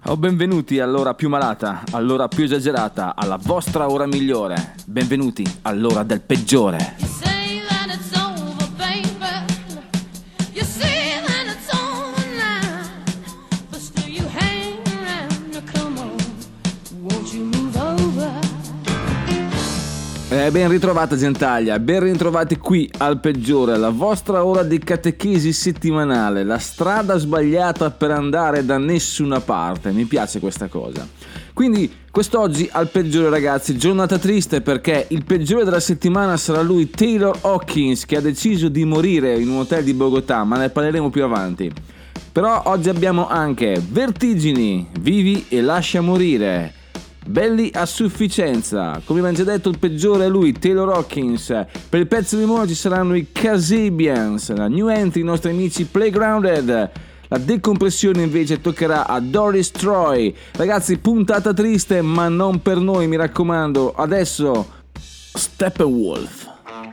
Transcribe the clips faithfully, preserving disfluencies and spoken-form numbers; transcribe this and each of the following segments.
O benvenuti all'ora più malata, all'ora più esagerata, alla vostra ora migliore. Benvenuti all'ora del peggiore. Eh, ben ritrovata Gentaglia, ben ritrovati qui al peggiore, la vostra ora di catechesi settimanale, la strada sbagliata per andare da nessuna parte, mi piace questa cosa. Quindi quest'oggi al peggiore ragazzi, giornata triste perché il peggiore della settimana sarà lui Taylor Hawkins, che ha deciso di morire in un hotel di Bogotà, ma ne parleremo più avanti. Però oggi abbiamo anche Vertigini, vivi e lascia morire. Belli a sufficienza, come abbiamo già detto il peggiore è lui, Taylor Hawkins. Per il pezzo di moda ci saranno i Kasabians, la new entry, i nostri amici Playgrounded. La decompressione invece toccherà a Doris Troy. Ragazzi, puntata triste ma non per noi, mi raccomando. Adesso Steppenwolf.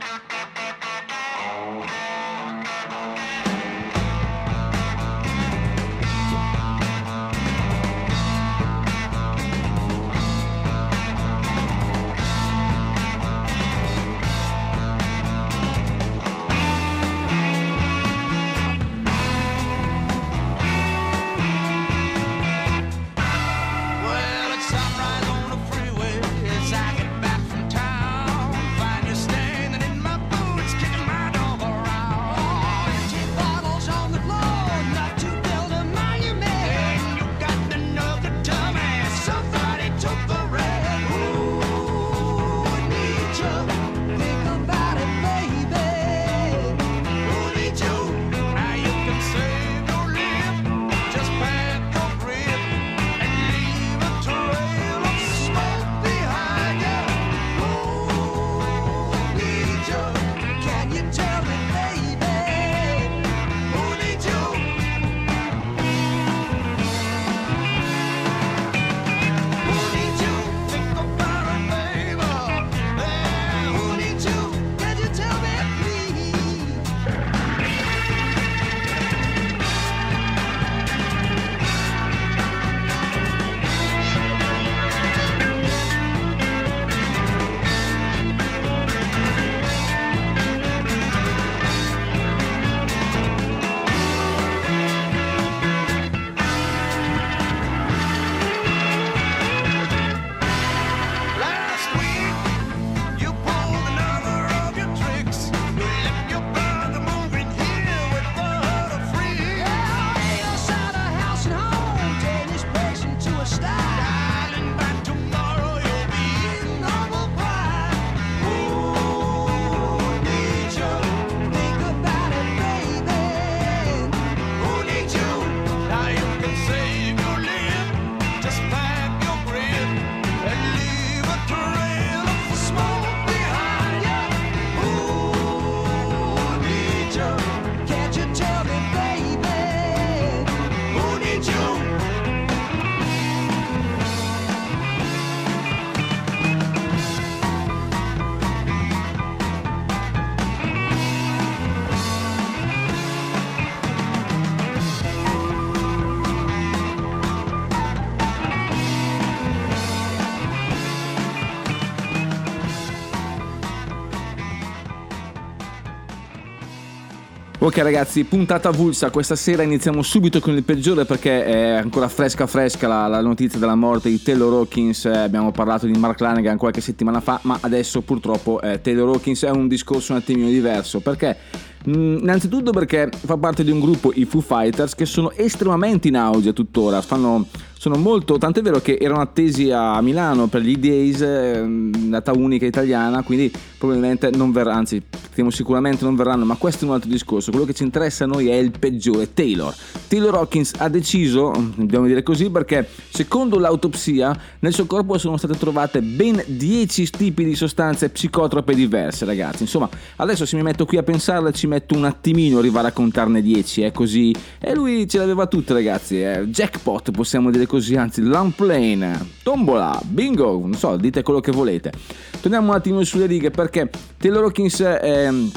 Ok ragazzi, puntata avulsa, questa sera iniziamo subito con il peggiore perché è ancora fresca fresca la, la notizia della morte di Taylor Hawkins. eh, abbiamo parlato di Mark Lanegan qualche settimana fa, ma adesso purtroppo eh, Taylor Hawkins è un discorso un attimino diverso, perché mh, innanzitutto perché fa parte di un gruppo, i Foo Fighters, che sono estremamente in auge tuttora, fanno sono molto, tant'è vero che erano attesi a Milano per gli Days, eh, data unica italiana, quindi probabilmente non verranno, anzi sicuramente non verranno, ma questo è un altro discorso. Quello che ci interessa a noi è il peggiore, Taylor. Taylor Hawkins ha deciso, dobbiamo dire così, perché secondo l'autopsia nel suo corpo sono state trovate ben dieci tipi di sostanze psicotrope diverse, ragazzi. Insomma, adesso se mi metto qui a pensarle ci metto un attimino a arrivare a contarne dieci, è così. E lui ce l'aveva tutte, ragazzi, eh. Jackpot possiamo dire così, anzi long plane, tombola, bingo, non so, dite quello che volete. Torniamo un attimo sulle righe perché Taylor Hawkins è,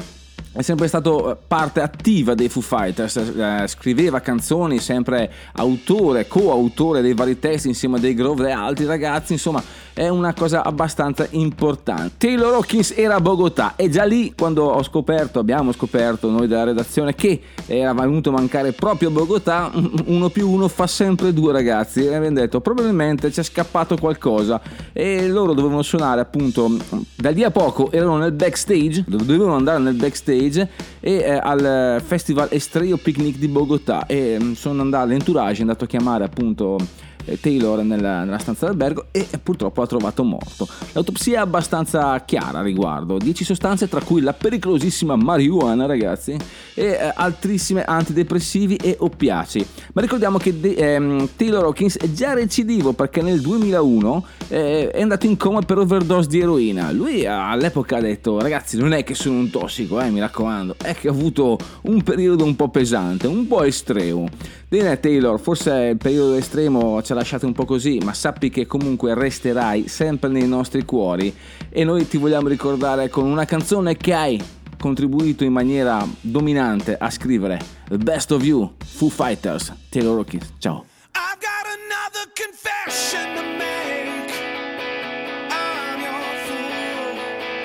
è sempre stato parte attiva dei Foo Fighters, eh, scriveva canzoni, sempre autore, coautore dei vari testi insieme a Dave Grohl e altri ragazzi, insomma è una cosa abbastanza importante. Taylor Hawkins era a Bogotà e già lì, quando ho scoperto, abbiamo scoperto noi della redazione che era venuto a mancare proprio a Bogotà, uno più uno fa sempre due, ragazzi, e abbiamo detto probabilmente c'è scappato qualcosa, e loro dovevano suonare appunto da lì a poco, erano nel backstage, dovevano andare nel backstage e eh, al festival Estrella Picnic di Bogotà, e mh, sono andato, l'entourage è andato a chiamare appunto eh, Taylor nella, nella stanza d'albergo e eh, purtroppo l'ha trovato morto. L'autopsia è abbastanza chiara a riguardo: dieci sostanze, tra cui la pericolosissima marijuana, ragazzi, e eh, altissime antidepressivi e oppiacei. Ma ricordiamo che de- ehm, Taylor Hawkins è già recidivo, perché nel duemilauno eh, è andato in coma per overdose di eroina. Lui all'epoca ha detto: ragazzi, non è che sono un tossico, eh, mi raccomando, è che ho avuto un periodo un po' pesante, un po' estremo. Bene Taylor, forse il periodo estremo ci ha lasciato un po' così, ma sappi che comunque resterai sempre nei nostri cuori, e noi ti vogliamo ricordare con una canzone che hai contribuito in maniera dominante a scrivere, The Best of You, Foo Fighters, Taylor Hawkins. Ciao. I've got another confession to make. I'm your fool.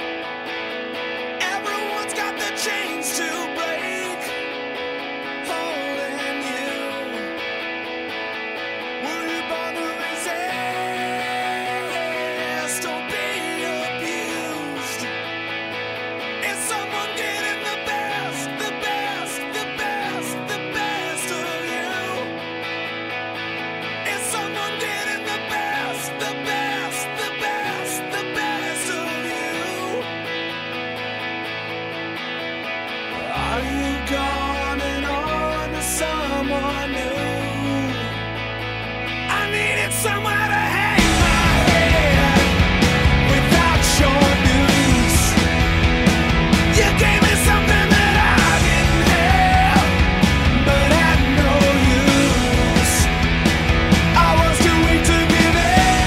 Everyone's got the chains to break, holding you. Were you born to resist or be abused? Is someone getting the best, the best, the best, the best of you? Is someone getting the best, the best, the best, the best of you? Are you gone and on to someone new? I needed somewhere to hang my head without your news. You gave me something that I didn't have, but had no use. I was too weak to give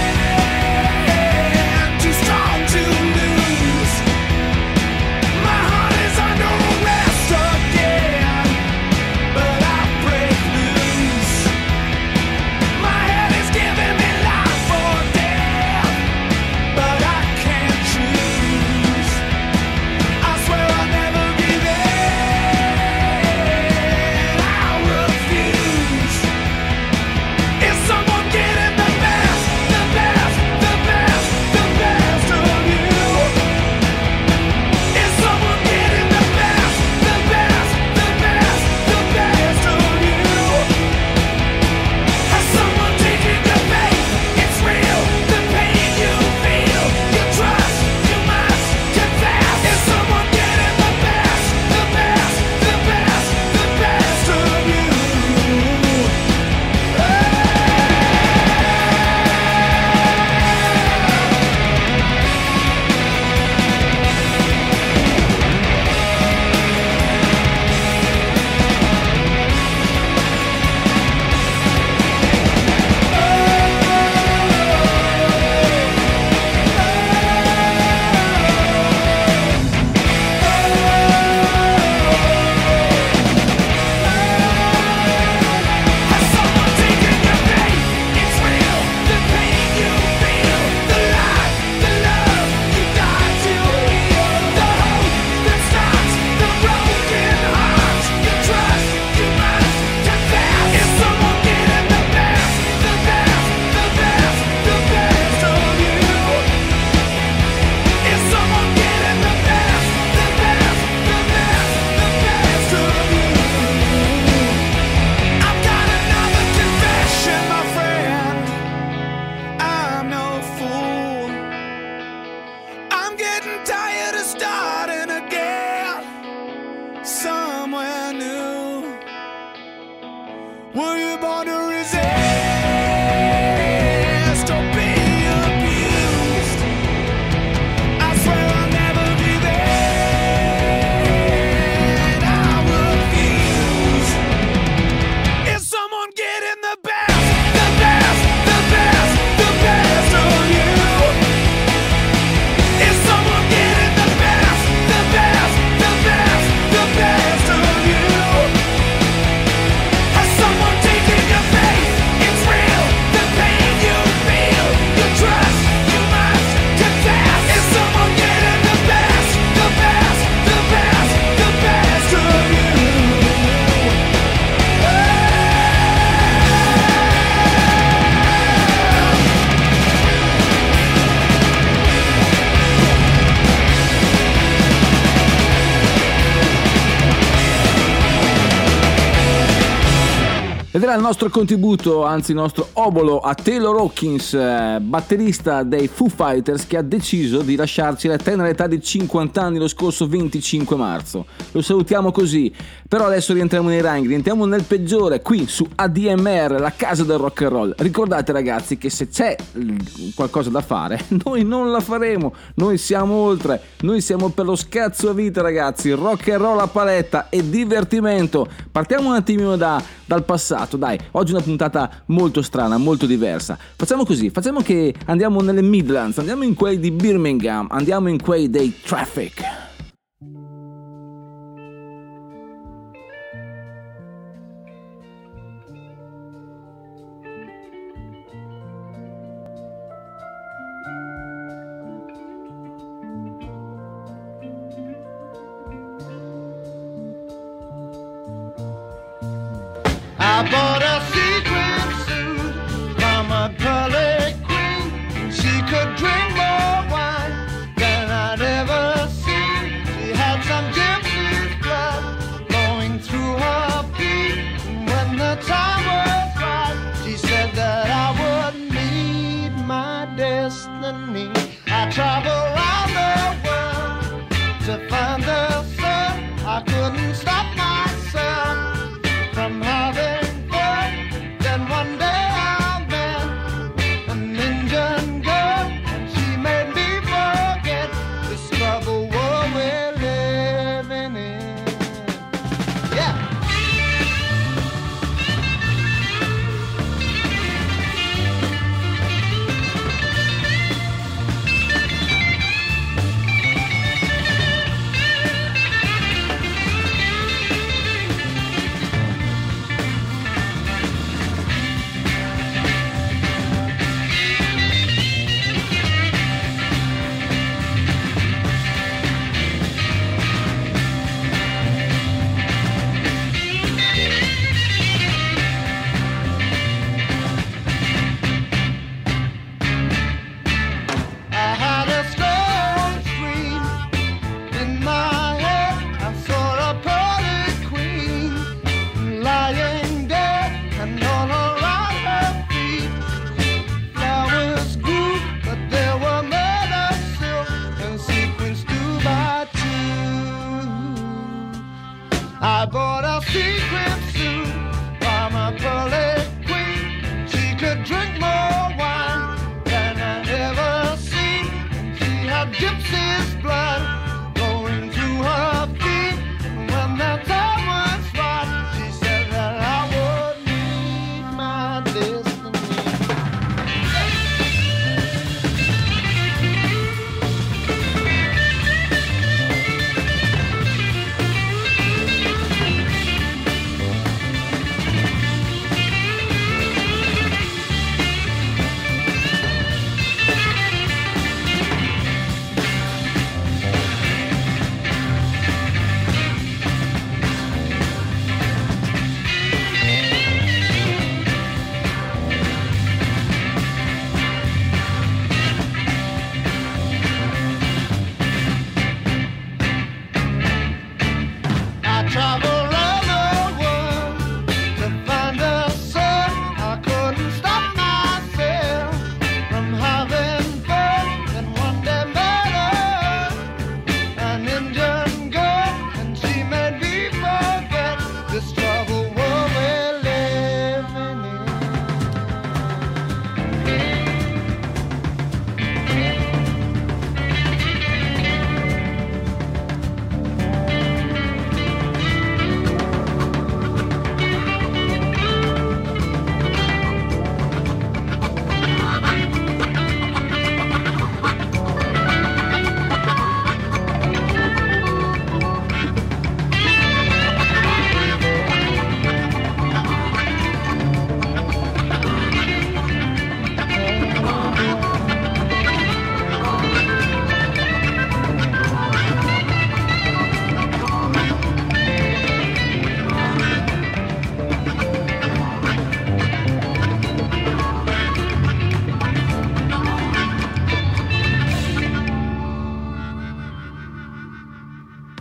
in, too strong to lose. My heart is under arrest again, but I break loose. Ed era il nostro contributo, anzi il nostro obolo a Taylor Hawkins, eh, batterista dei Foo Fighters, che ha deciso di lasciarci alla tenera età di cinquanta anni lo scorso venticinque marzo. Lo salutiamo così, però adesso rientriamo nei ranghi, rientriamo nel peggiore, qui su A D M R, la casa del rock and roll. Ricordate ragazzi che se c'è qualcosa da fare, noi non la faremo, noi siamo oltre, noi siamo per lo scazzo a vita ragazzi, rock and roll a paletta e divertimento. Partiamo un attimino da, dal passato. Dai, oggi è una puntata molto strana, molto diversa. Facciamo così, facciamo che andiamo nelle Midlands, andiamo in quei di Birmingham, andiamo in quei dei Traffic. I bought a sequin suit from a pearly queen. She could drink more wine than I'd ever seen. She had some gypsy's blood flowing through her feet. And when the time was right, she said that I would meet my destiny. I traveled around the world to find the sun. I couldn't stop myself from having. One day I met an Indian girl, and she made me forget this troubled world we're living in. Yeah. I bought a secret suit from a pearly queen. She could drink more wine than I'd ever seen. And she had gypsy's blood going through her feet. And when that time was right, she said that I would meet my destiny.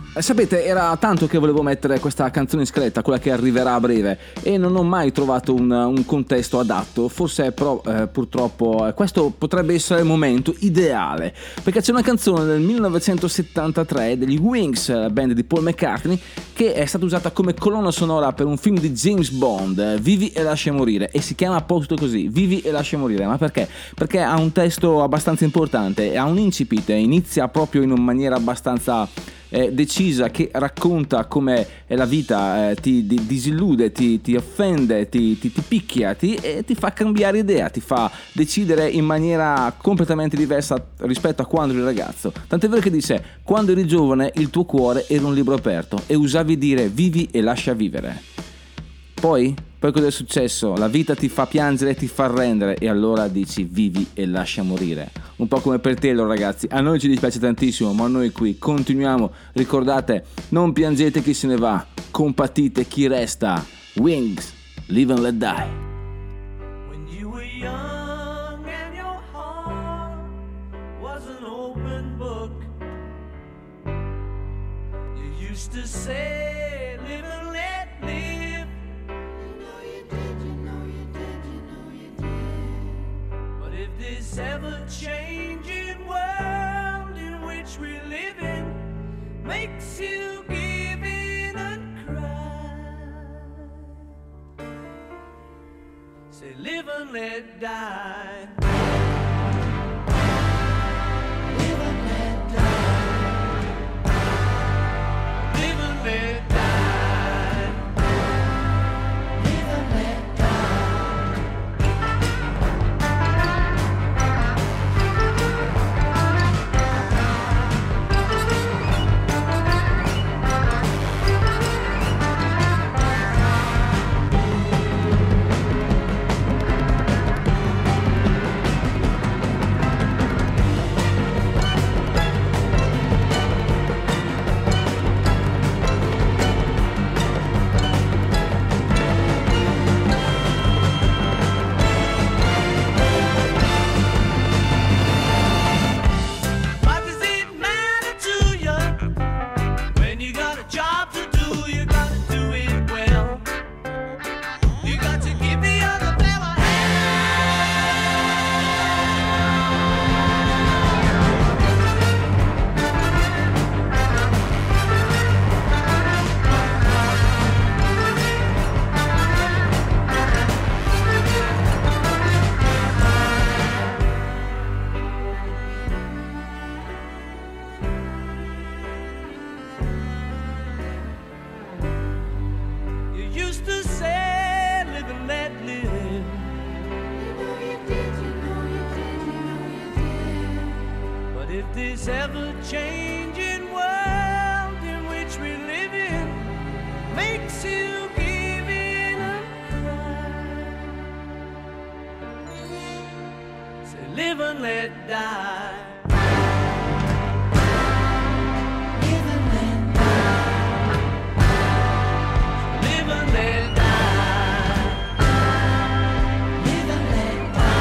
Sapete, era tanto che volevo mettere questa canzone in scaletta, quella che arriverà a breve, e non ho mai trovato un, un contesto adatto. Forse però eh, purtroppo eh, questo potrebbe essere il momento ideale, perché c'è una canzone del millenovecentosettantatré degli Wings, la band di Paul McCartney, che è stata usata come colonna sonora per un film di James Bond, eh, Vivi e lascia morire, e si chiama apposto così, Vivi e lascia morire. Ma perché? Perché ha un testo abbastanza importante, ha un incipit, inizia proprio in una maniera abbastanza Eh, decisa, che racconta come è la vita, eh, ti, ti disillude, ti, ti offende, ti, ti, ti picchia ti, e ti fa cambiare idea, ti fa decidere in maniera completamente diversa rispetto a quando eri ragazzo. Tant'è vero che dice: quando eri giovane il tuo cuore era un libro aperto e usavi dire vivi e lascia vivere. Poi, poi cosa è successo? La vita ti fa piangere e ti fa arrendere, e allora dici vivi e lascia morire. Un po' come per Taylor, ragazzi. A noi ci dispiace tantissimo, ma noi qui continuiamo. Ricordate, non piangete chi se ne va, compatite chi resta. Wings, live and let die. When you were young and your heart was an open book, you used to say, live and let live. You know you did, you know you did, you know you did. But if this ever-changing world in which we live in makes you give in and cry, say live and let die. Live and let die. Live and let die. Live and let die. What does it matter to you? When you got a job to do, you gotta do it well. You got to give the other fella You used to say, live and let live. You know you did, you know you did, you know you did. But if this ever-changing world in which we live in makes you give in and cry, say live and let die. Live and let die. Live and let die. Live and let die.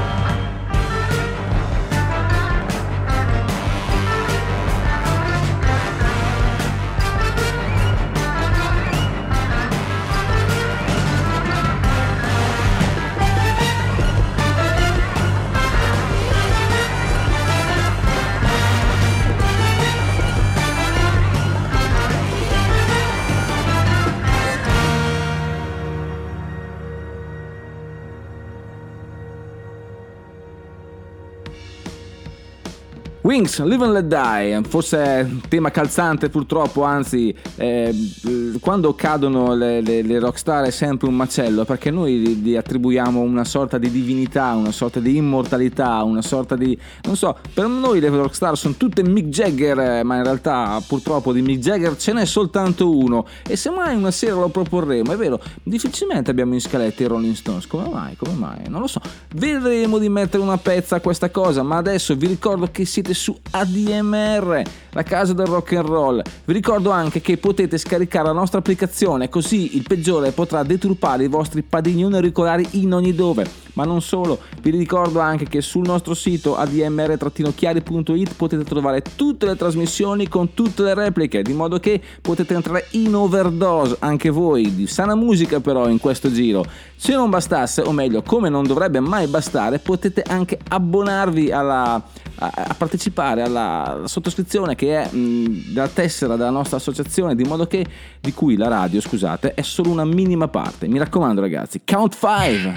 Wings, Live and Let Die, forse tema calzante purtroppo, anzi eh, quando cadono le, le, le rockstar è sempre un macello, perché noi gli, gli attribuiamo una sorta di divinità, una sorta di immortalità, una sorta di, non so, per noi le rockstar sono tutte Mick Jagger, ma in realtà purtroppo di Mick Jagger ce n'è soltanto uno, e se mai una sera lo proporremo, è vero, difficilmente abbiamo in scaletta i Rolling Stones, come mai, come mai, non lo so, vedremo di mettere una pezza a questa cosa, ma adesso vi ricordo che siete su A D M R, la casa del rock and roll. Vi ricordo anche che potete scaricare la nostra applicazione, così il peggiore potrà deturpare i vostri padiglioni auricolari in ogni dove. Ma non solo, vi ricordo anche che sul nostro sito a d m r chiari punto it potete trovare tutte le trasmissioni con tutte le repliche, di modo che potete entrare in overdose anche voi di sana musica però in questo giro. Se non bastasse, o meglio, come non dovrebbe mai bastare, potete anche abbonarvi alla, a, a partecipare alla, alla sottoscrizione che è mh, della tessera della nostra associazione, di modo che, di cui la radio, scusate, è solo una minima parte. Mi raccomando ragazzi, count five!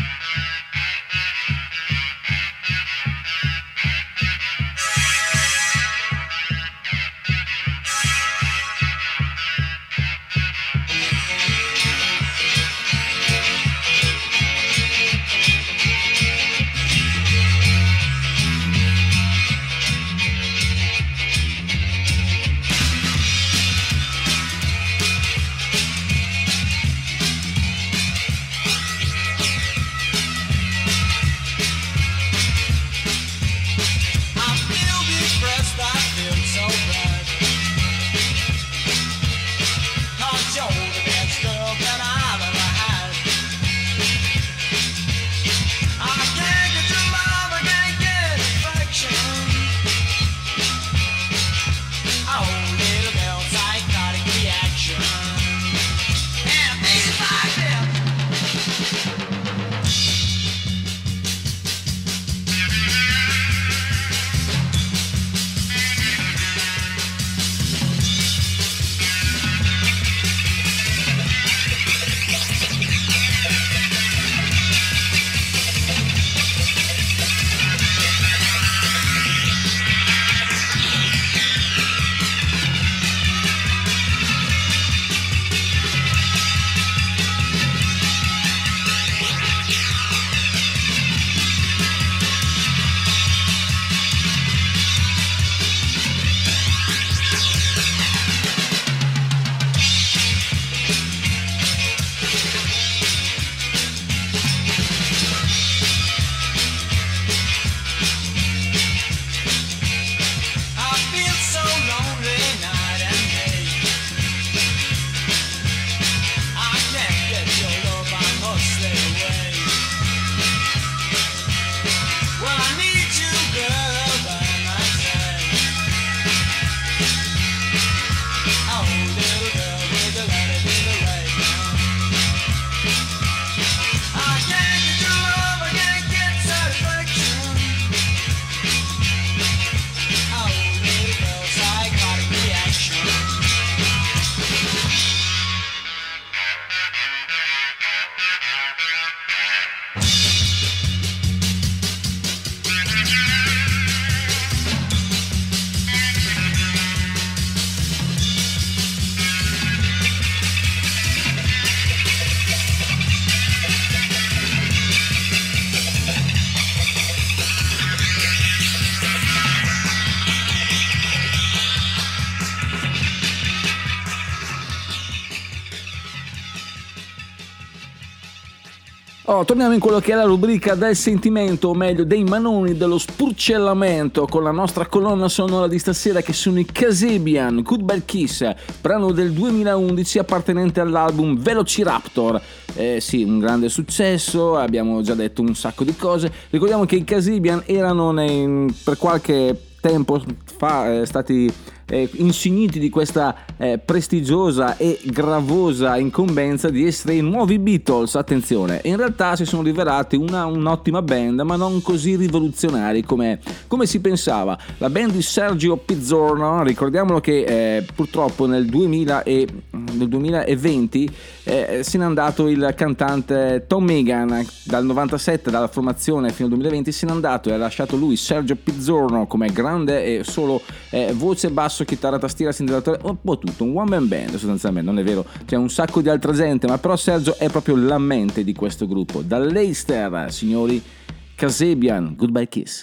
Oh, torniamo in quello che è la rubrica del sentimento, o meglio dei manoni, dello spurcellamento, con la nostra colonna sonora di stasera che sono i Kasabian, Goodbye Kiss, brano del duemilaundici appartenente all'album Velociraptor. Eh, sì, un grande successo, abbiamo già detto un sacco di cose. Ricordiamo che i Kasabian erano nei, per qualche tempo fa eh, stati eh, insigniti di questa eh, prestigiosa e gravosa incombenza di essere i nuovi Beatles. Attenzione, in realtà si sono rivelati una, un'ottima band, ma non così rivoluzionari come, come si pensava. La band di Sergio Pizzorno, ricordiamolo che eh, purtroppo nel, duemila e, nel duemilaventi eh, se n'è andato il cantante Tom Megan. Dal novantasette, dalla formazione fino al duemilaventi se n'è andato e ha lasciato lui Sergio Pizzorno come grande e solo eh, voce, basso, chitarra, tastiera, sintetizatore, un po' tutto, un one man band sostanzialmente. Non è vero, c'è un sacco di altra gente, ma però Sergio è proprio la mente di questo gruppo. Dall'Eister, signori, Kasabian, Goodbye Kiss.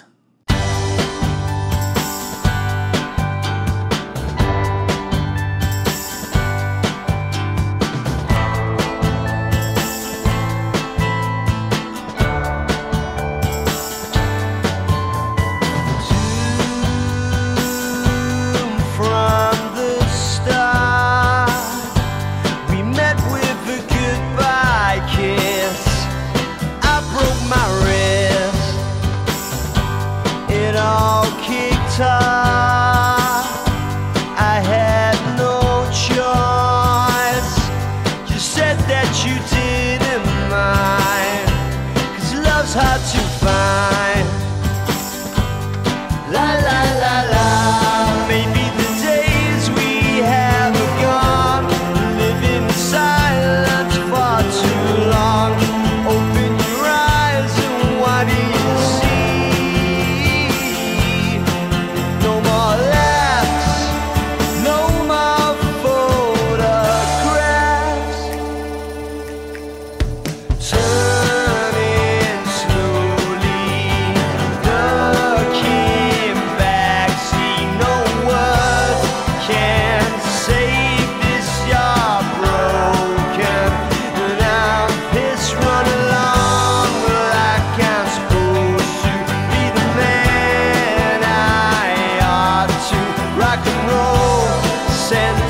Two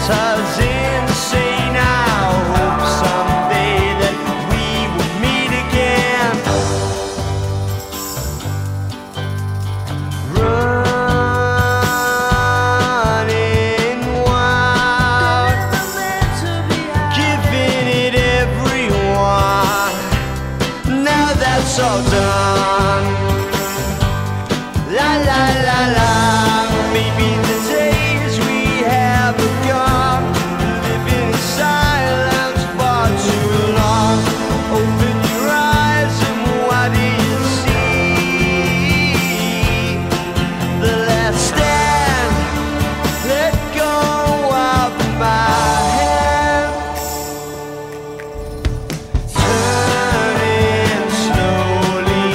Santa's insane. I hope someday that we will meet again. Running wild, giving it everyone. Now that's all done. La la la la. Maybe the days we have are gone. Living in silence far too long. Open your eyes and what do you see? The last stand. Let go of my hand. Turning slowly,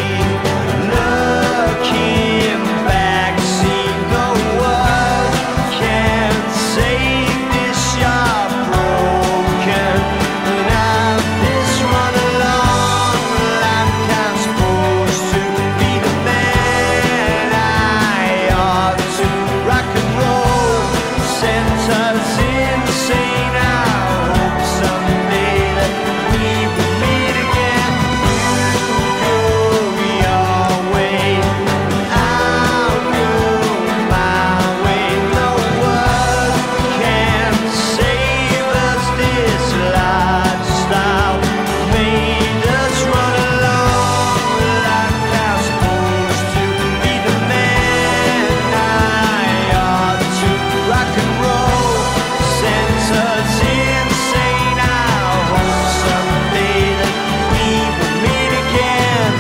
looking back, see no one can save this shop broken. And I'm this run along, I'm kind of supposed to be the man I ought to. Rock and roll, Santa's insane. I hope someday that we will meet again. You go your way, I'll go my way. No one can save us. This lifestyle made us run along like I'm supposed to be the man I ought to. Rock and roll, Santa's insane. I hope someday that we will meet again.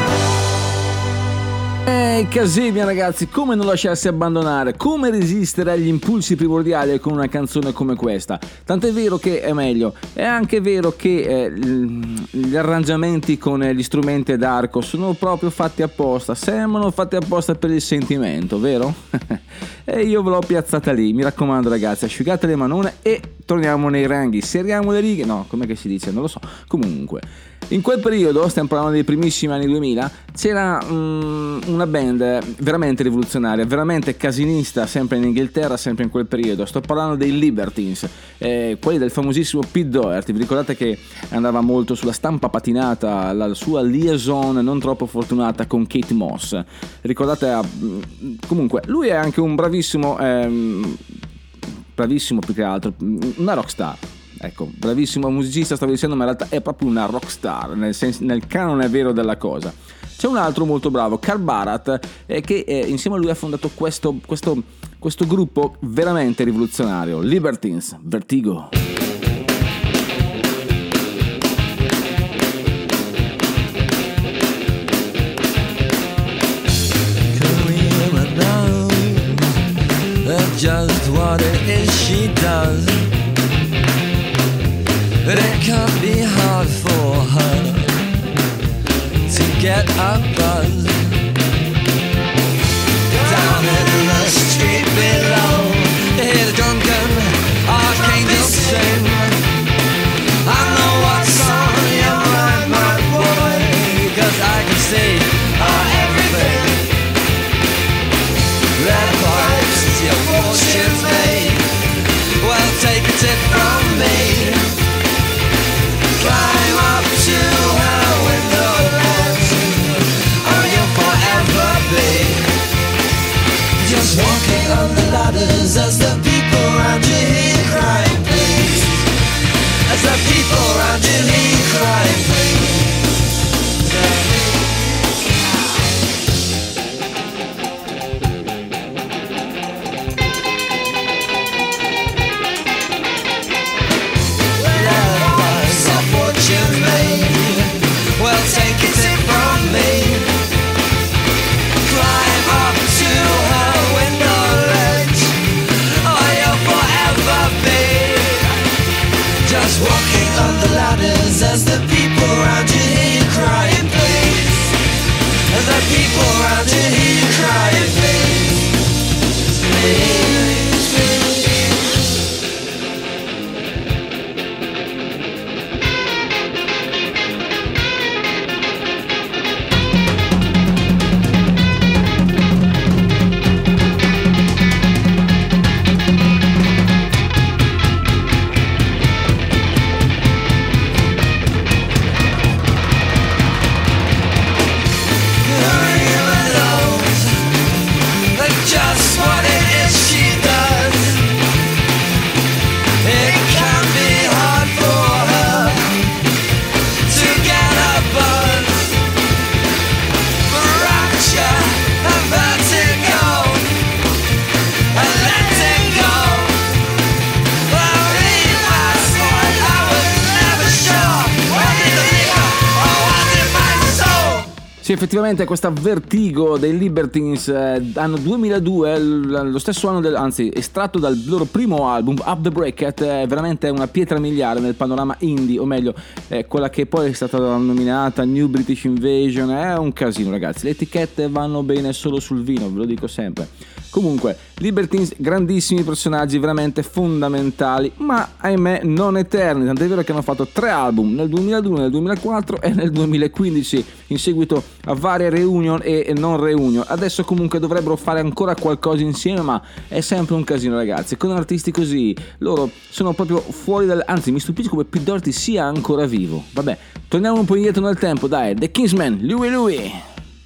Ehi, Casemia ragazzi, come non lasciarsi abbandonare, come resistere agli impulsi primordiali con una canzone come questa. Tant'è vero che è meglio, è anche vero che eh, l- gli arrangiamenti con eh, gli strumenti ad arco sono proprio fatti apposta, sembrano fatti apposta per il sentimento, vero? E io ve l'ho piazzata lì, mi raccomando ragazzi, asciugate le manone e torniamo nei ranghi, serriamo le righe, no, com'è che si dice, non lo so, comunque. In quel periodo, stiamo parlando dei primissimi anni duemila, c'era um, una band veramente rivoluzionaria, veramente casinista, sempre in Inghilterra, sempre in quel periodo. Sto parlando dei Libertines, eh, quelli del famosissimo Pete Doherty. Vi ricordate che andava molto sulla stampa patinata, la sua liaison non troppo fortunata con Kate Moss. Ricordate, uh, comunque, lui è anche un bravissimo, ehm, bravissimo più che altro, una rockstar. Ecco, bravissimo musicista stavo dicendo, ma in realtà è proprio una rockstar nel, senso, nel canone vero della cosa. C'è un altro molto bravo, Carl Barat, eh, che eh, insieme a lui ha fondato questo, questo, questo gruppo veramente rivoluzionario, Libertines, Vertigo. Just what it is she does, but it can't be hard for her to get a buzz. Down in the street below, you hear the drunken archangel sing. I know what's on your mind, my boy, 'cause I can see uh, everything. Red pipes, your fortune's made. Well, take a tip from me. Climb up to her window ledge, or you'll forever be just walking on the ladders as the people around you hear crying, please. As the people around you hear crying, please. Well, take it in from me. Climb up to her window ledge, or you'll forever be just walking on the ladders as the people around you hear crying, please. As the people around you hear crying, please. Please, please. Sì, effettivamente questa Vertigo dei Libertines, eh, anno duemiladue, l- lo stesso anno, del, anzi estratto dal loro primo album Up the Bracket, è veramente una pietra miliare nel panorama indie, o meglio eh, quella che poi è stata nominata New British Invasion. È un casino, ragazzi, le etichette vanno bene solo sul vino, ve lo dico sempre. Comunque, Libertines, grandissimi personaggi, veramente fondamentali, ma ahimè non eterni, tant'è vero che hanno fatto tre album nel duemiladue, nel duemilaquattro e nel duemilaquindici, in seguito a varie reunion e non reunion. Adesso comunque dovrebbero fare ancora qualcosa insieme, ma è sempre un casino, ragazzi. Con artisti così, loro sono proprio fuori dal... Anzi, mi stupisce come Pete Doherty sia ancora vivo. Vabbè, torniamo un po' indietro nel tempo, dai. The Kingsmen, Louie Louie.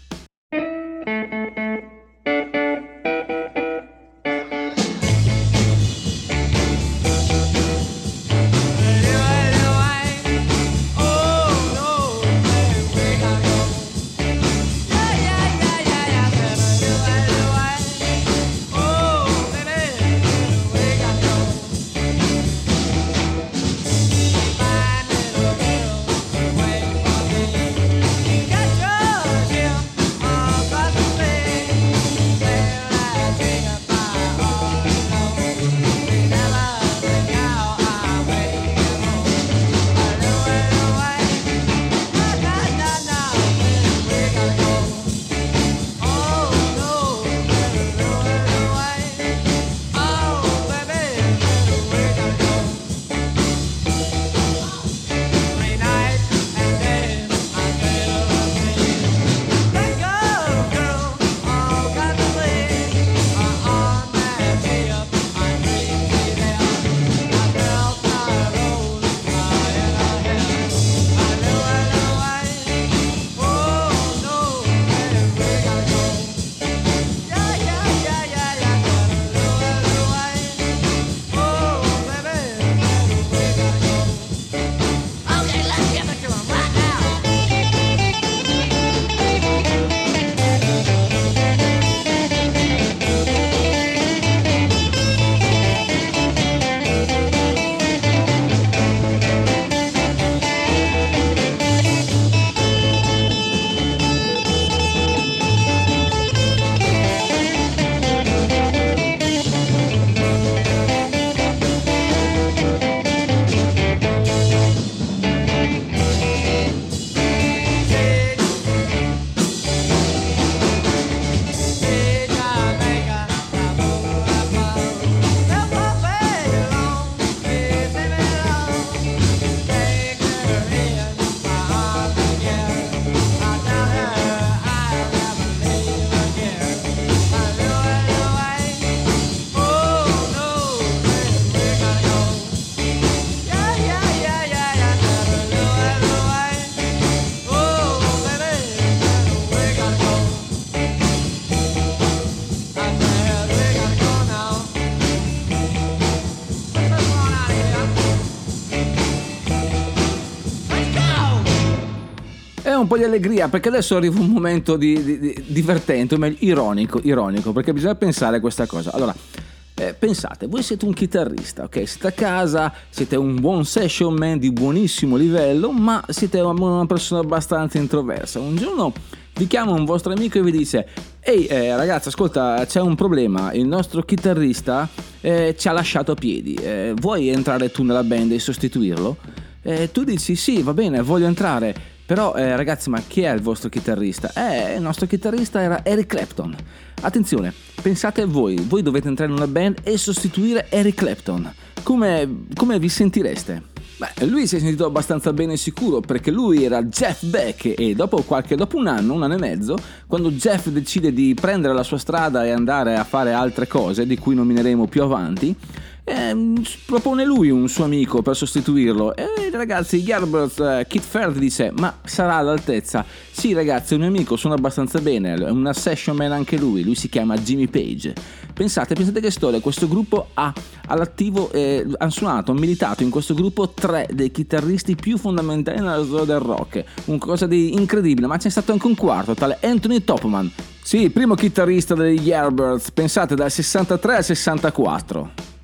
Un po' di allegria, perché adesso arriva un momento di, di, di divertente, o meglio ironico, ironico, perché bisogna pensare a questa cosa. Allora, eh, pensate, voi siete un chitarrista, ok? Siete a casa, siete un buon session man di buonissimo livello, ma siete una persona abbastanza introversa. Un giorno vi chiama un vostro amico e vi dice: ehi eh, ragazzi, ascolta, c'è un problema, il nostro chitarrista eh, ci ha lasciato a piedi, eh, vuoi entrare tu nella band e sostituirlo? Eh, tu dici sì, va bene, voglio entrare. Però eh, ragazzi, ma chi è il vostro chitarrista? Eh, il nostro chitarrista era Eric Clapton. Attenzione, pensate a voi, voi dovete entrare in una band e sostituire Eric Clapton. Come, come vi sentireste? Beh, lui si è sentito abbastanza bene sicuro, perché lui era Jeff Beck, e dopo qualche dopo un anno, un anno e mezzo, quando Jeff decide di prendere la sua strada e andare a fare altre cose, di cui nomineremo più avanti, Eh, propone lui un suo amico per sostituirlo, e ragazzi, Yardbirds, eh, Keith Fairley dice: ma sarà all'altezza? Sì ragazzi, è un mio amico, suona abbastanza bene, è una session man anche lui, lui si chiama Jimmy Page. Pensate, pensate che storia, questo gruppo ha all'attivo, eh, hanno suonato, hanno militato in questo gruppo tre dei chitarristi più fondamentali nella storia del rock, un cosa di incredibile, ma c'è stato anche un quarto, tale Anthony Topman. Sì, primo chitarrista degli Yardbirds, pensate, dal sessantatré al sessantaquattro.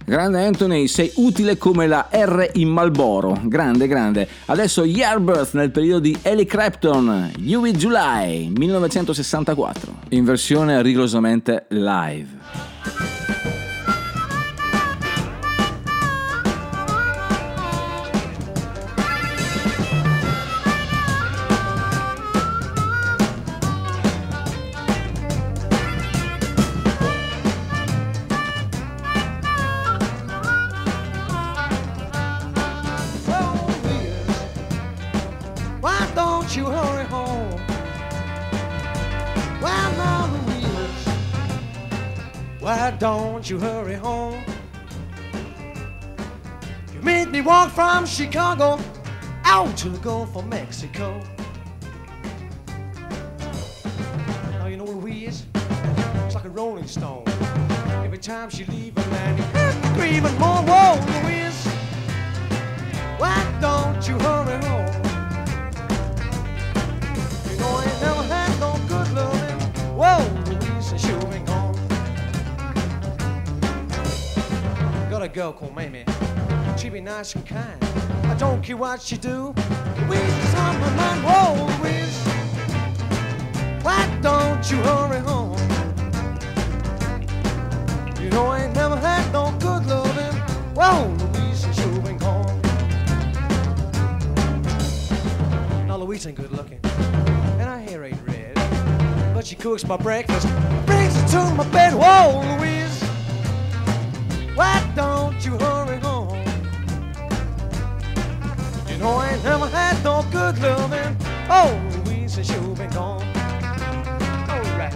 Grande Anthony, sei utile come la R in Marlboro. Grande, grande. Adesso Yardbirds nel periodo di Eric Clapton, You With July, millenovecentosessantaquattro, in versione rigorosamente live. You hurry home. Well, now, Louise, why don't you hurry home? You made me walk from Chicago out to the Gulf of Mexico. Now you know Louise, it's like a rolling stone. Every time she leave a land, you hurt me grieving more. Whoa, Louise, why don't you hurry home? I ain't never had no good loving. Whoa, Louise, she ain't gone. Got a girl called Mamie. She be nice and kind. I don't care what she do. Louise is on my mind. Whoa, Louise, why don't you hurry home? You know I ain't never had no good loving. Whoa, Louise, she ain't gone. Now Louise ain't good looking. Her hair ain't red, but she cooks my breakfast, brings it to my bed. Whoa, Louise, why don't you hurry home? You know I ain't never had no good loving. Oh, Louise, since you've been gone. All right.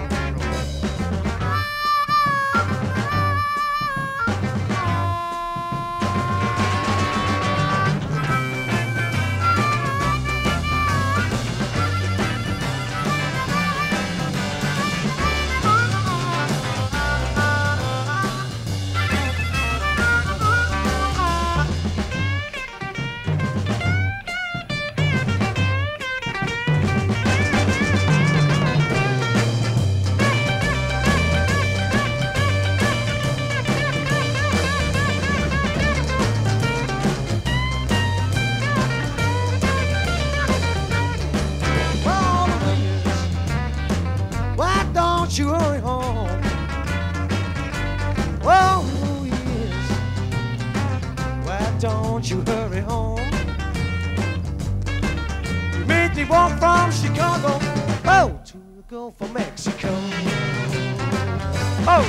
You hurry home. Oh, yes. Why don't you hurry home? You made me walk from Chicago, oh, to the Gulf of Mexico. Oh.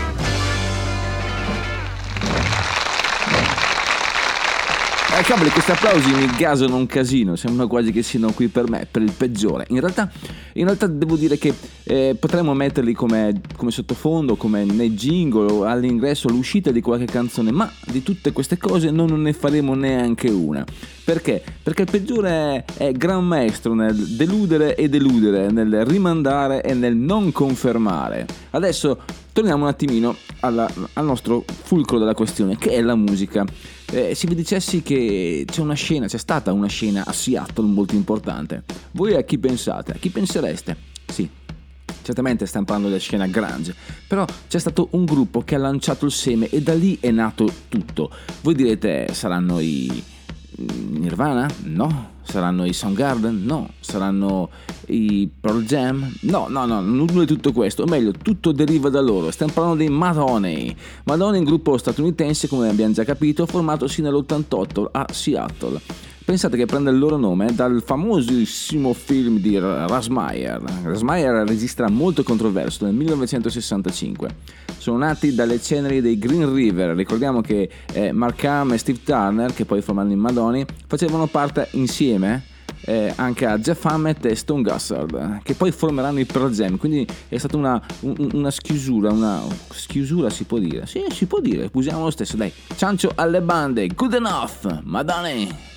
Eh, cavoli, questi applausi mi gasano un casino, sembrano quasi che siano qui per me, per il peggiore. In realtà, in realtà devo dire che eh, potremmo metterli come, come sottofondo, come nei jingle, all'ingresso, all'uscita di qualche canzone, ma di tutte queste cose noi non ne faremo neanche una. Perché? Perché il peggiore è, è gran maestro nel deludere e deludere, nel rimandare e nel non confermare. Adesso torniamo un attimino alla, al nostro fulcro della questione, che è la musica. Eh, se vi dicessi che c'è una scena, c'è stata una scena a Seattle molto importante, voi a chi pensate? A chi pensereste? Sì, certamente stiamo parlando della scena grunge, però c'è stato un gruppo che ha lanciato il seme e da lì è nato tutto. Voi direte, saranno i Nirvana? No. Saranno i Soundgarden? No. Saranno i Pearl Jam? No, no, no, nulla di tutto questo. O meglio, tutto deriva da loro. Stiamo parlando dei Madonna. Madonna è un gruppo statunitense, come abbiamo già capito, formatosi nell'ottantotto a Seattle. Pensate che prende il loro nome dal famosissimo film di Russ Meyer. Russ Meyer è un regista molto controverso nel millenovecentosessantacinque. Sono nati dalle ceneri dei Green River. Ricordiamo che eh, Mark Hamm e Steve Turner, che poi formano i Madonna, facevano parte insieme eh, anche a Jeff Hammett e Stone Gossard, che poi formeranno i Pearl Jam. Quindi è stata una, un, una schiusura, una schiusura si può dire? Sì, si può dire, usiamo lo stesso, dai. Ciancio alle bande, good enough, Madonna!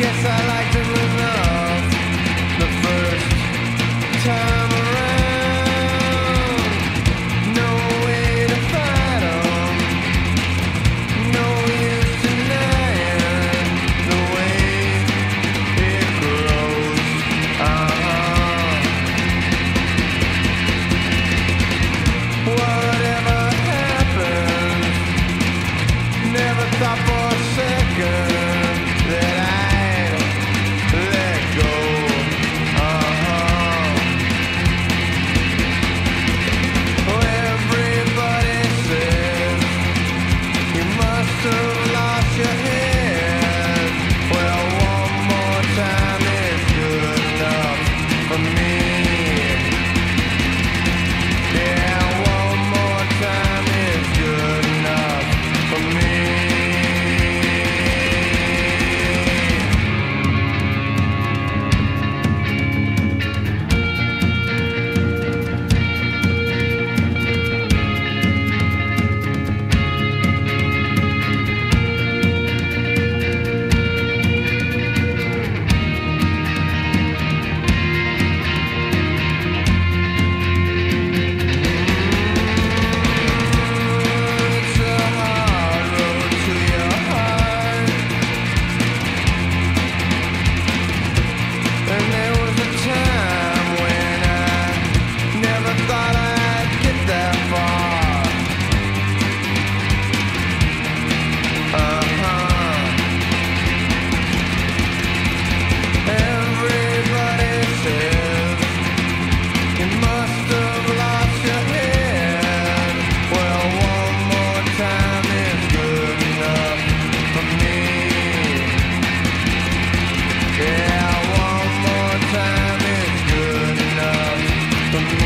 Guess I liked him enough the first time around. No way to fight 'em, no use denying the way it grows. Uh-huh. Whatever happens, never thought for a second that I'd let go. Uh-huh. Everybody says you must have lost your head. Well, one more time is good enough for me. Yeah, one more time is good enough for me. It's a hard road to your heart, and there was a time when I never thought I'd get that far. Uh-huh. Everybody says you must have lost your head. Well, one more time is good enough for me. Yeah, one more time is good enough for me.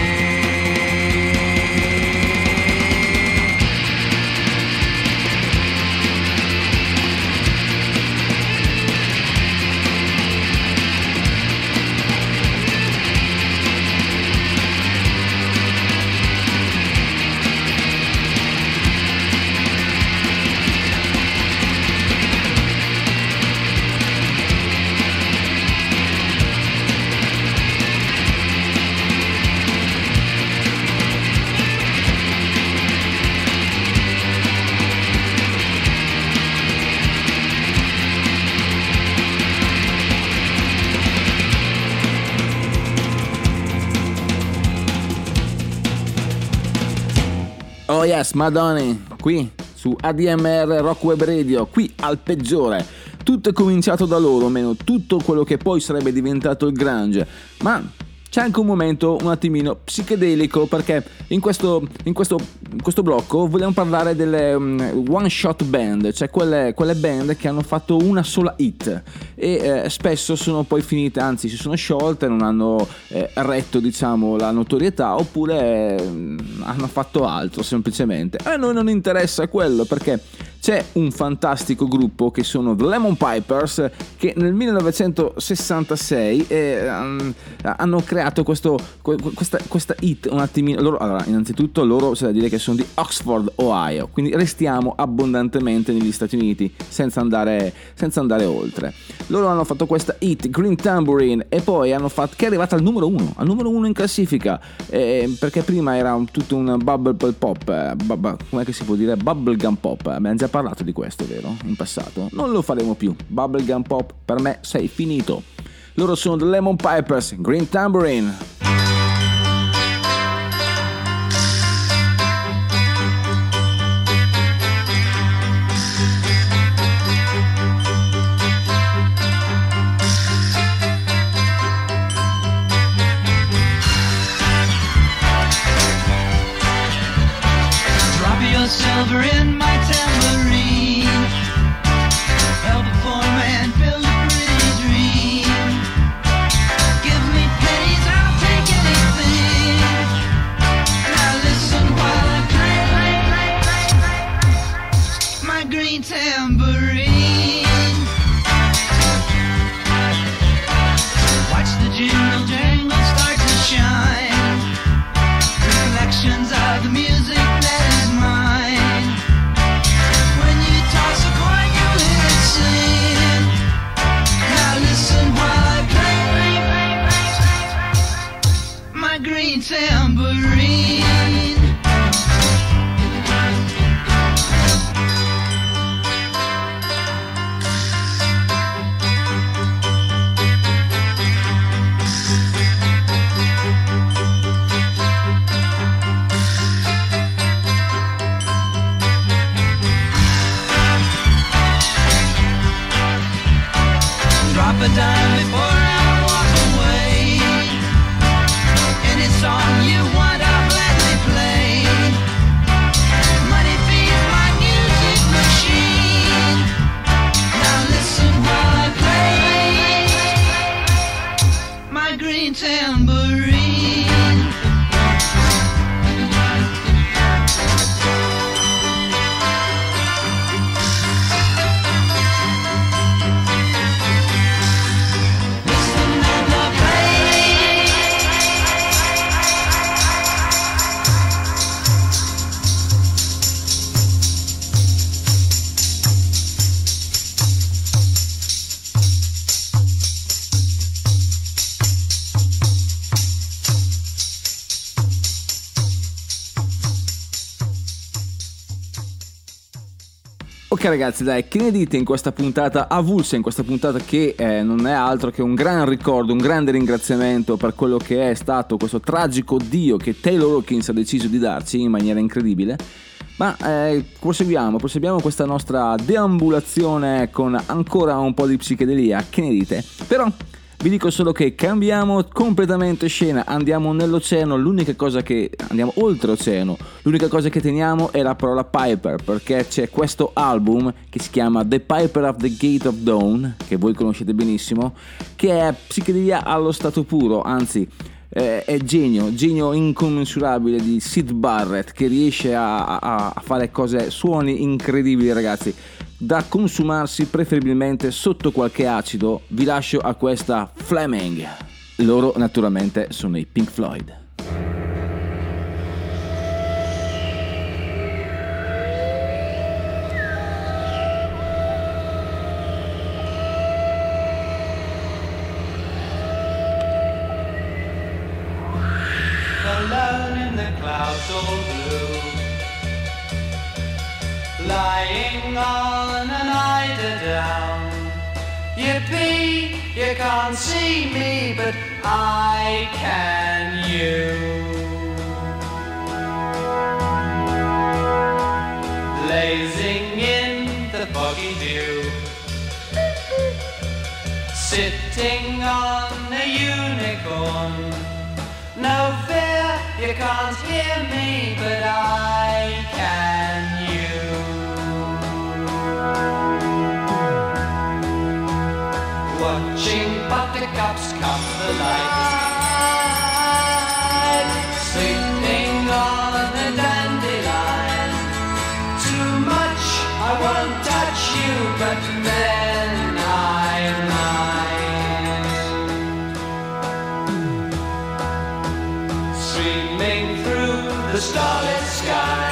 Oh yes, Madonna, qui su A D M R Rock Web Radio, qui al peggiore. Tutto è cominciato da loro, o meno tutto quello che poi sarebbe diventato il grunge, ma c'è anche un momento un attimino psichedelico, perché in questo, in questo, in questo blocco vogliamo parlare delle um, one shot band, cioè quelle, quelle band che hanno fatto una sola hit e eh, spesso sono poi finite, anzi si sono sciolte, non hanno eh, retto, diciamo, la notorietà, oppure eh, hanno fatto altro semplicemente. A noi non interessa quello, perché c'è un fantastico gruppo che sono The Lemon Pipers, che nel millenovecentosessantasei eh, hanno creato questo, questa, questa hit un attimino. Loro, allora, innanzitutto loro c'è da dire che sono di Oxford, Ohio, quindi restiamo abbondantemente negli Stati Uniti senza andare, senza andare oltre. Loro hanno fatto questa hit, Green Tambourine, e poi hanno fatto, che è arrivata al numero uno, al numero uno in classifica, eh, perché prima era un, tutto un bubble pop, eh, bub, come che si può dire, bubblegum pop. Abbiamo già parlato di questo, vero? In passato. Non lo faremo più. Bubblegum pop per me sei finito. Loro sono The Lemon Pipers, Green Tambourine. Drop your silver in my tambourine. Help a poor man build a pretty dream. Give me pennies, I'll take a dime before I walk away. Any song you want, I'll gladly play. Money feeds my music machine. Now listen while I play my green tambourine. Ok ragazzi, dai, che ne dite in questa puntata avulsa, in questa puntata che eh, non è altro che un gran ricordo, un grande ringraziamento per quello che è stato questo tragico addio che Taylor Hawkins ha deciso di darci in maniera incredibile. Ma eh, proseguiamo, proseguiamo questa nostra deambulazione con ancora un po' di psichedelia, che ne dite? Però vi dico solo che cambiamo completamente scena, andiamo nell'oceano, l'unica cosa che andiamo oltreoceano, l'unica cosa che teniamo è la parola Piper, perché c'è questo album che si chiama The Piper of the Gate of Dawn, che voi conoscete benissimo, che è psichedelia allo stato puro, anzi eh, è genio, genio incommensurabile di Syd Barrett, che riesce a, a, a fare cose, suoni incredibili ragazzi, da consumarsi preferibilmente sotto qualche acido. Vi lascio a questa Fleming. Loro naturalmente sono i Pink Floyd. Alone in the clouds all blue, lying on an eider down. Yippee, you can't see me, but I can you. Blazing in the foggy dew, sitting on a unicorn. No fear, you can't hear me, but I can you. Watching buttercups come to light, sleeping on a dandelion. Too much, I won't touch you, but then I might. Streaming through the starlit sky,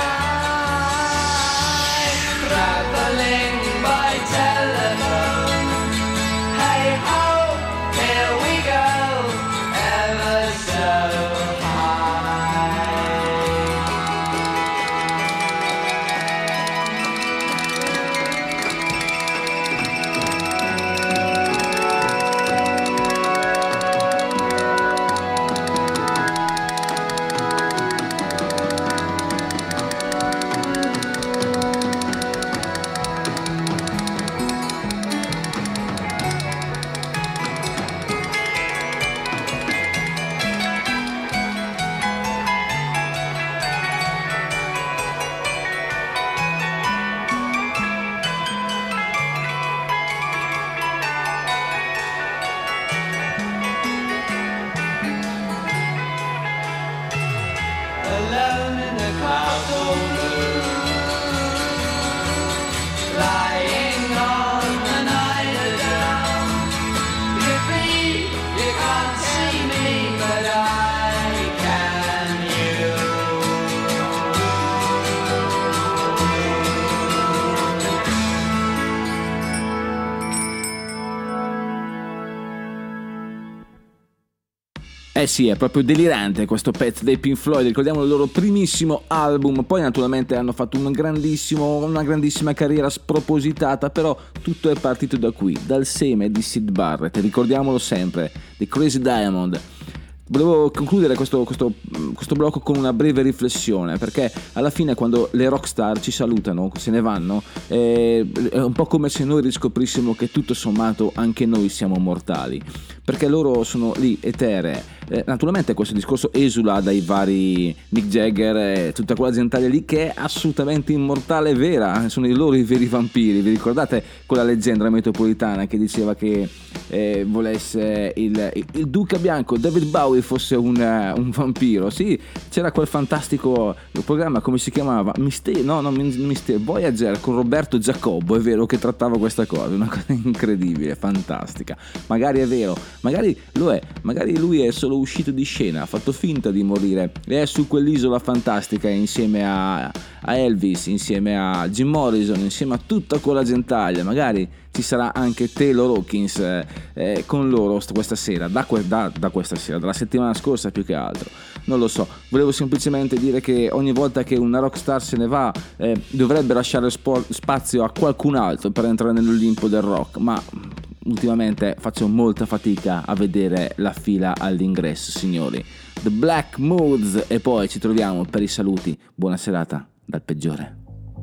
traveling by telephone. Hey ho, here we go, ever so high. Alone in the clouds all blue, lying on an eider down. Yippee, you can't see me, but I can you. Eh sì, è proprio delirante questo pezzo dei Pink Floyd, ricordiamo il loro primissimo album, poi naturalmente hanno fatto un grandissimo, una grandissima carriera spropositata, però tutto è partito da qui, dal seme di Syd Barrett, ricordiamolo sempre, The Crazy Diamond. volevo concludere questo, questo, questo blocco con una breve riflessione, perché alla fine quando le rockstar ci salutano, se ne vanno, eh, è un po' come se noi riscoprissimo che tutto sommato anche noi siamo mortali, perché loro sono lì eteree. Eh, naturalmente questo discorso esula dai vari Mick Jagger e tutta quella gentaglia lì che è assolutamente immortale e vera, sono i loro i veri vampiri. Vi ricordate quella leggenda metropolitana che diceva che eh, volesse il, il, il duca bianco David Bowie fosse un, uh, un vampiro? Sì, c'era quel fantastico programma, come si chiamava? Mister, no, no, Mister Voyager con Roberto Giacobbo, è vero, che trattava questa cosa, una cosa incredibile, fantastica. Magari è vero, magari lo è, magari lui è solo uscito di scena, ha fatto finta di morire e è su quell'isola fantastica insieme a, a Elvis, insieme a Jim Morrison, insieme a tutta quella gentaglia. Magari ci sarà anche Taylor Hawkins eh, eh, con loro questa sera, da, da, da questa sera, dalla settimana scorsa più che altro, non lo so. Volevo semplicemente dire che ogni volta che una rockstar se ne va eh, dovrebbe lasciare spo- spazio a qualcun altro per entrare nell'Olimpo del rock, ma ultimamente faccio molta fatica a vedere la fila all'ingresso, signori. The Black Moods, e poi ci troviamo per i saluti. Buona serata dal peggiore.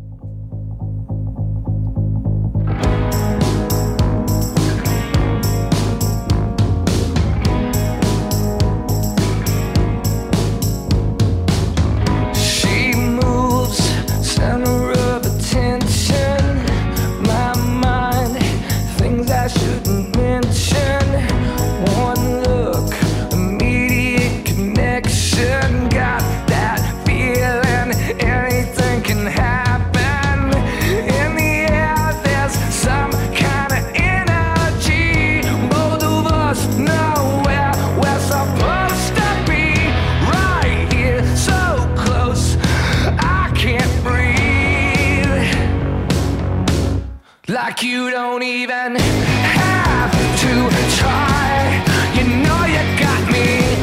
Like you don't even have to try. You know you got me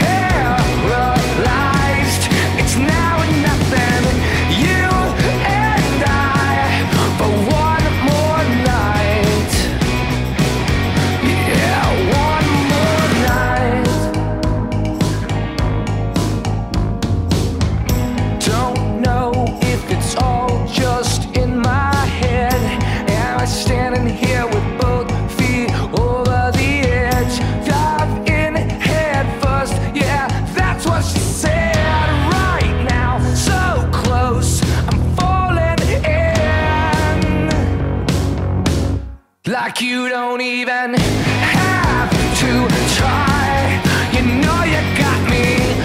paralyzed. It's now or nothing. You and I for one more night. Yeah, one more night. Don't know if it's all just in my head. Standing here with both feet over the edge, dive in head first, yeah, that's what she said. Right now, so close, I'm falling in. Like you don't even have to try. You know you got me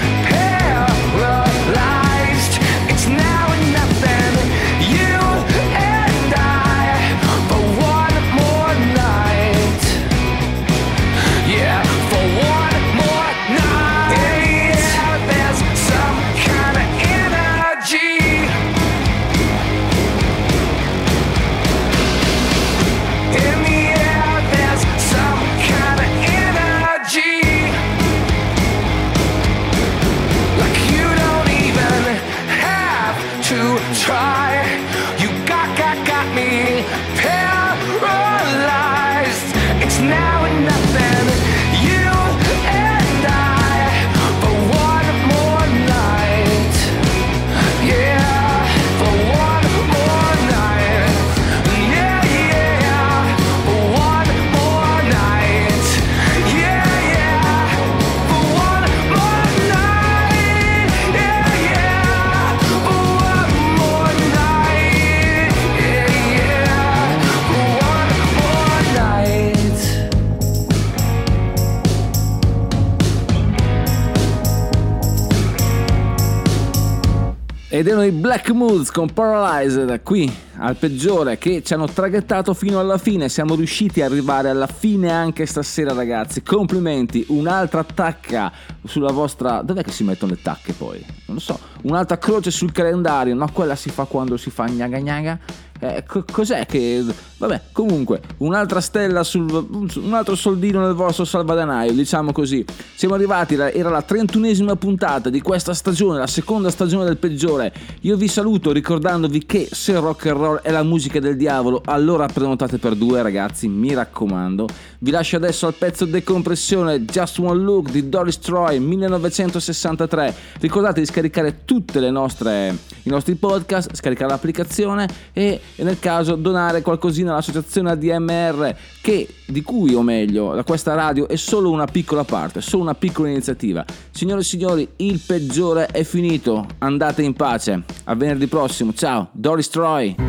paralyzed. It's now or nothing. You and I for one more night. Yeah, for one more night. Yeah, there's some kind of energy. In the air, there's some kind of energy. Like you don't even have to try. You got, got, got me paralyzed. It's now or nothing. You and I for one more night. Yeah, for one more night. Yeah, yeah, for one more night. Yeah, yeah, for one more night. Yeah, yeah, for one more night. Yeah, yeah, for one more night. Ed erano i Black Moods con Paralyzed qui al peggiore, che ci hanno traghettato fino alla fine. Siamo riusciti ad arrivare alla fine anche stasera, ragazzi. Complimenti, un'altra tacca sulla vostra... Dov'è che si mettono le tacche poi? Non lo so. Un'altra croce sul calendario, no? Quella si fa quando si fa gnaga gnaga. Eh, co- cos'è che... Vabbè, comunque, un'altra stella sul... un altro soldino nel vostro salvadanaio, diciamo così. Siamo arrivati, era la trentunesima puntata di questa stagione, la seconda stagione del peggiore. Io vi saluto ricordandovi che se rock and roll è la musica del diavolo, allora prenotate per due, ragazzi, mi raccomando. Vi lascio adesso al pezzo decompressione Just One Look di Doris Troy millenovecentosessantatré. Ricordate di scaricare tutte le nostre i nostri podcast, scaricare l'applicazione e, e nel caso donare qualcosina all'associazione A D M R, che di cui, o meglio, da questa radio è solo una piccola parte, solo una piccola iniziativa. Signore e signori, il peggiore è finito, andate in pace, a venerdì prossimo, ciao, Doris Troy.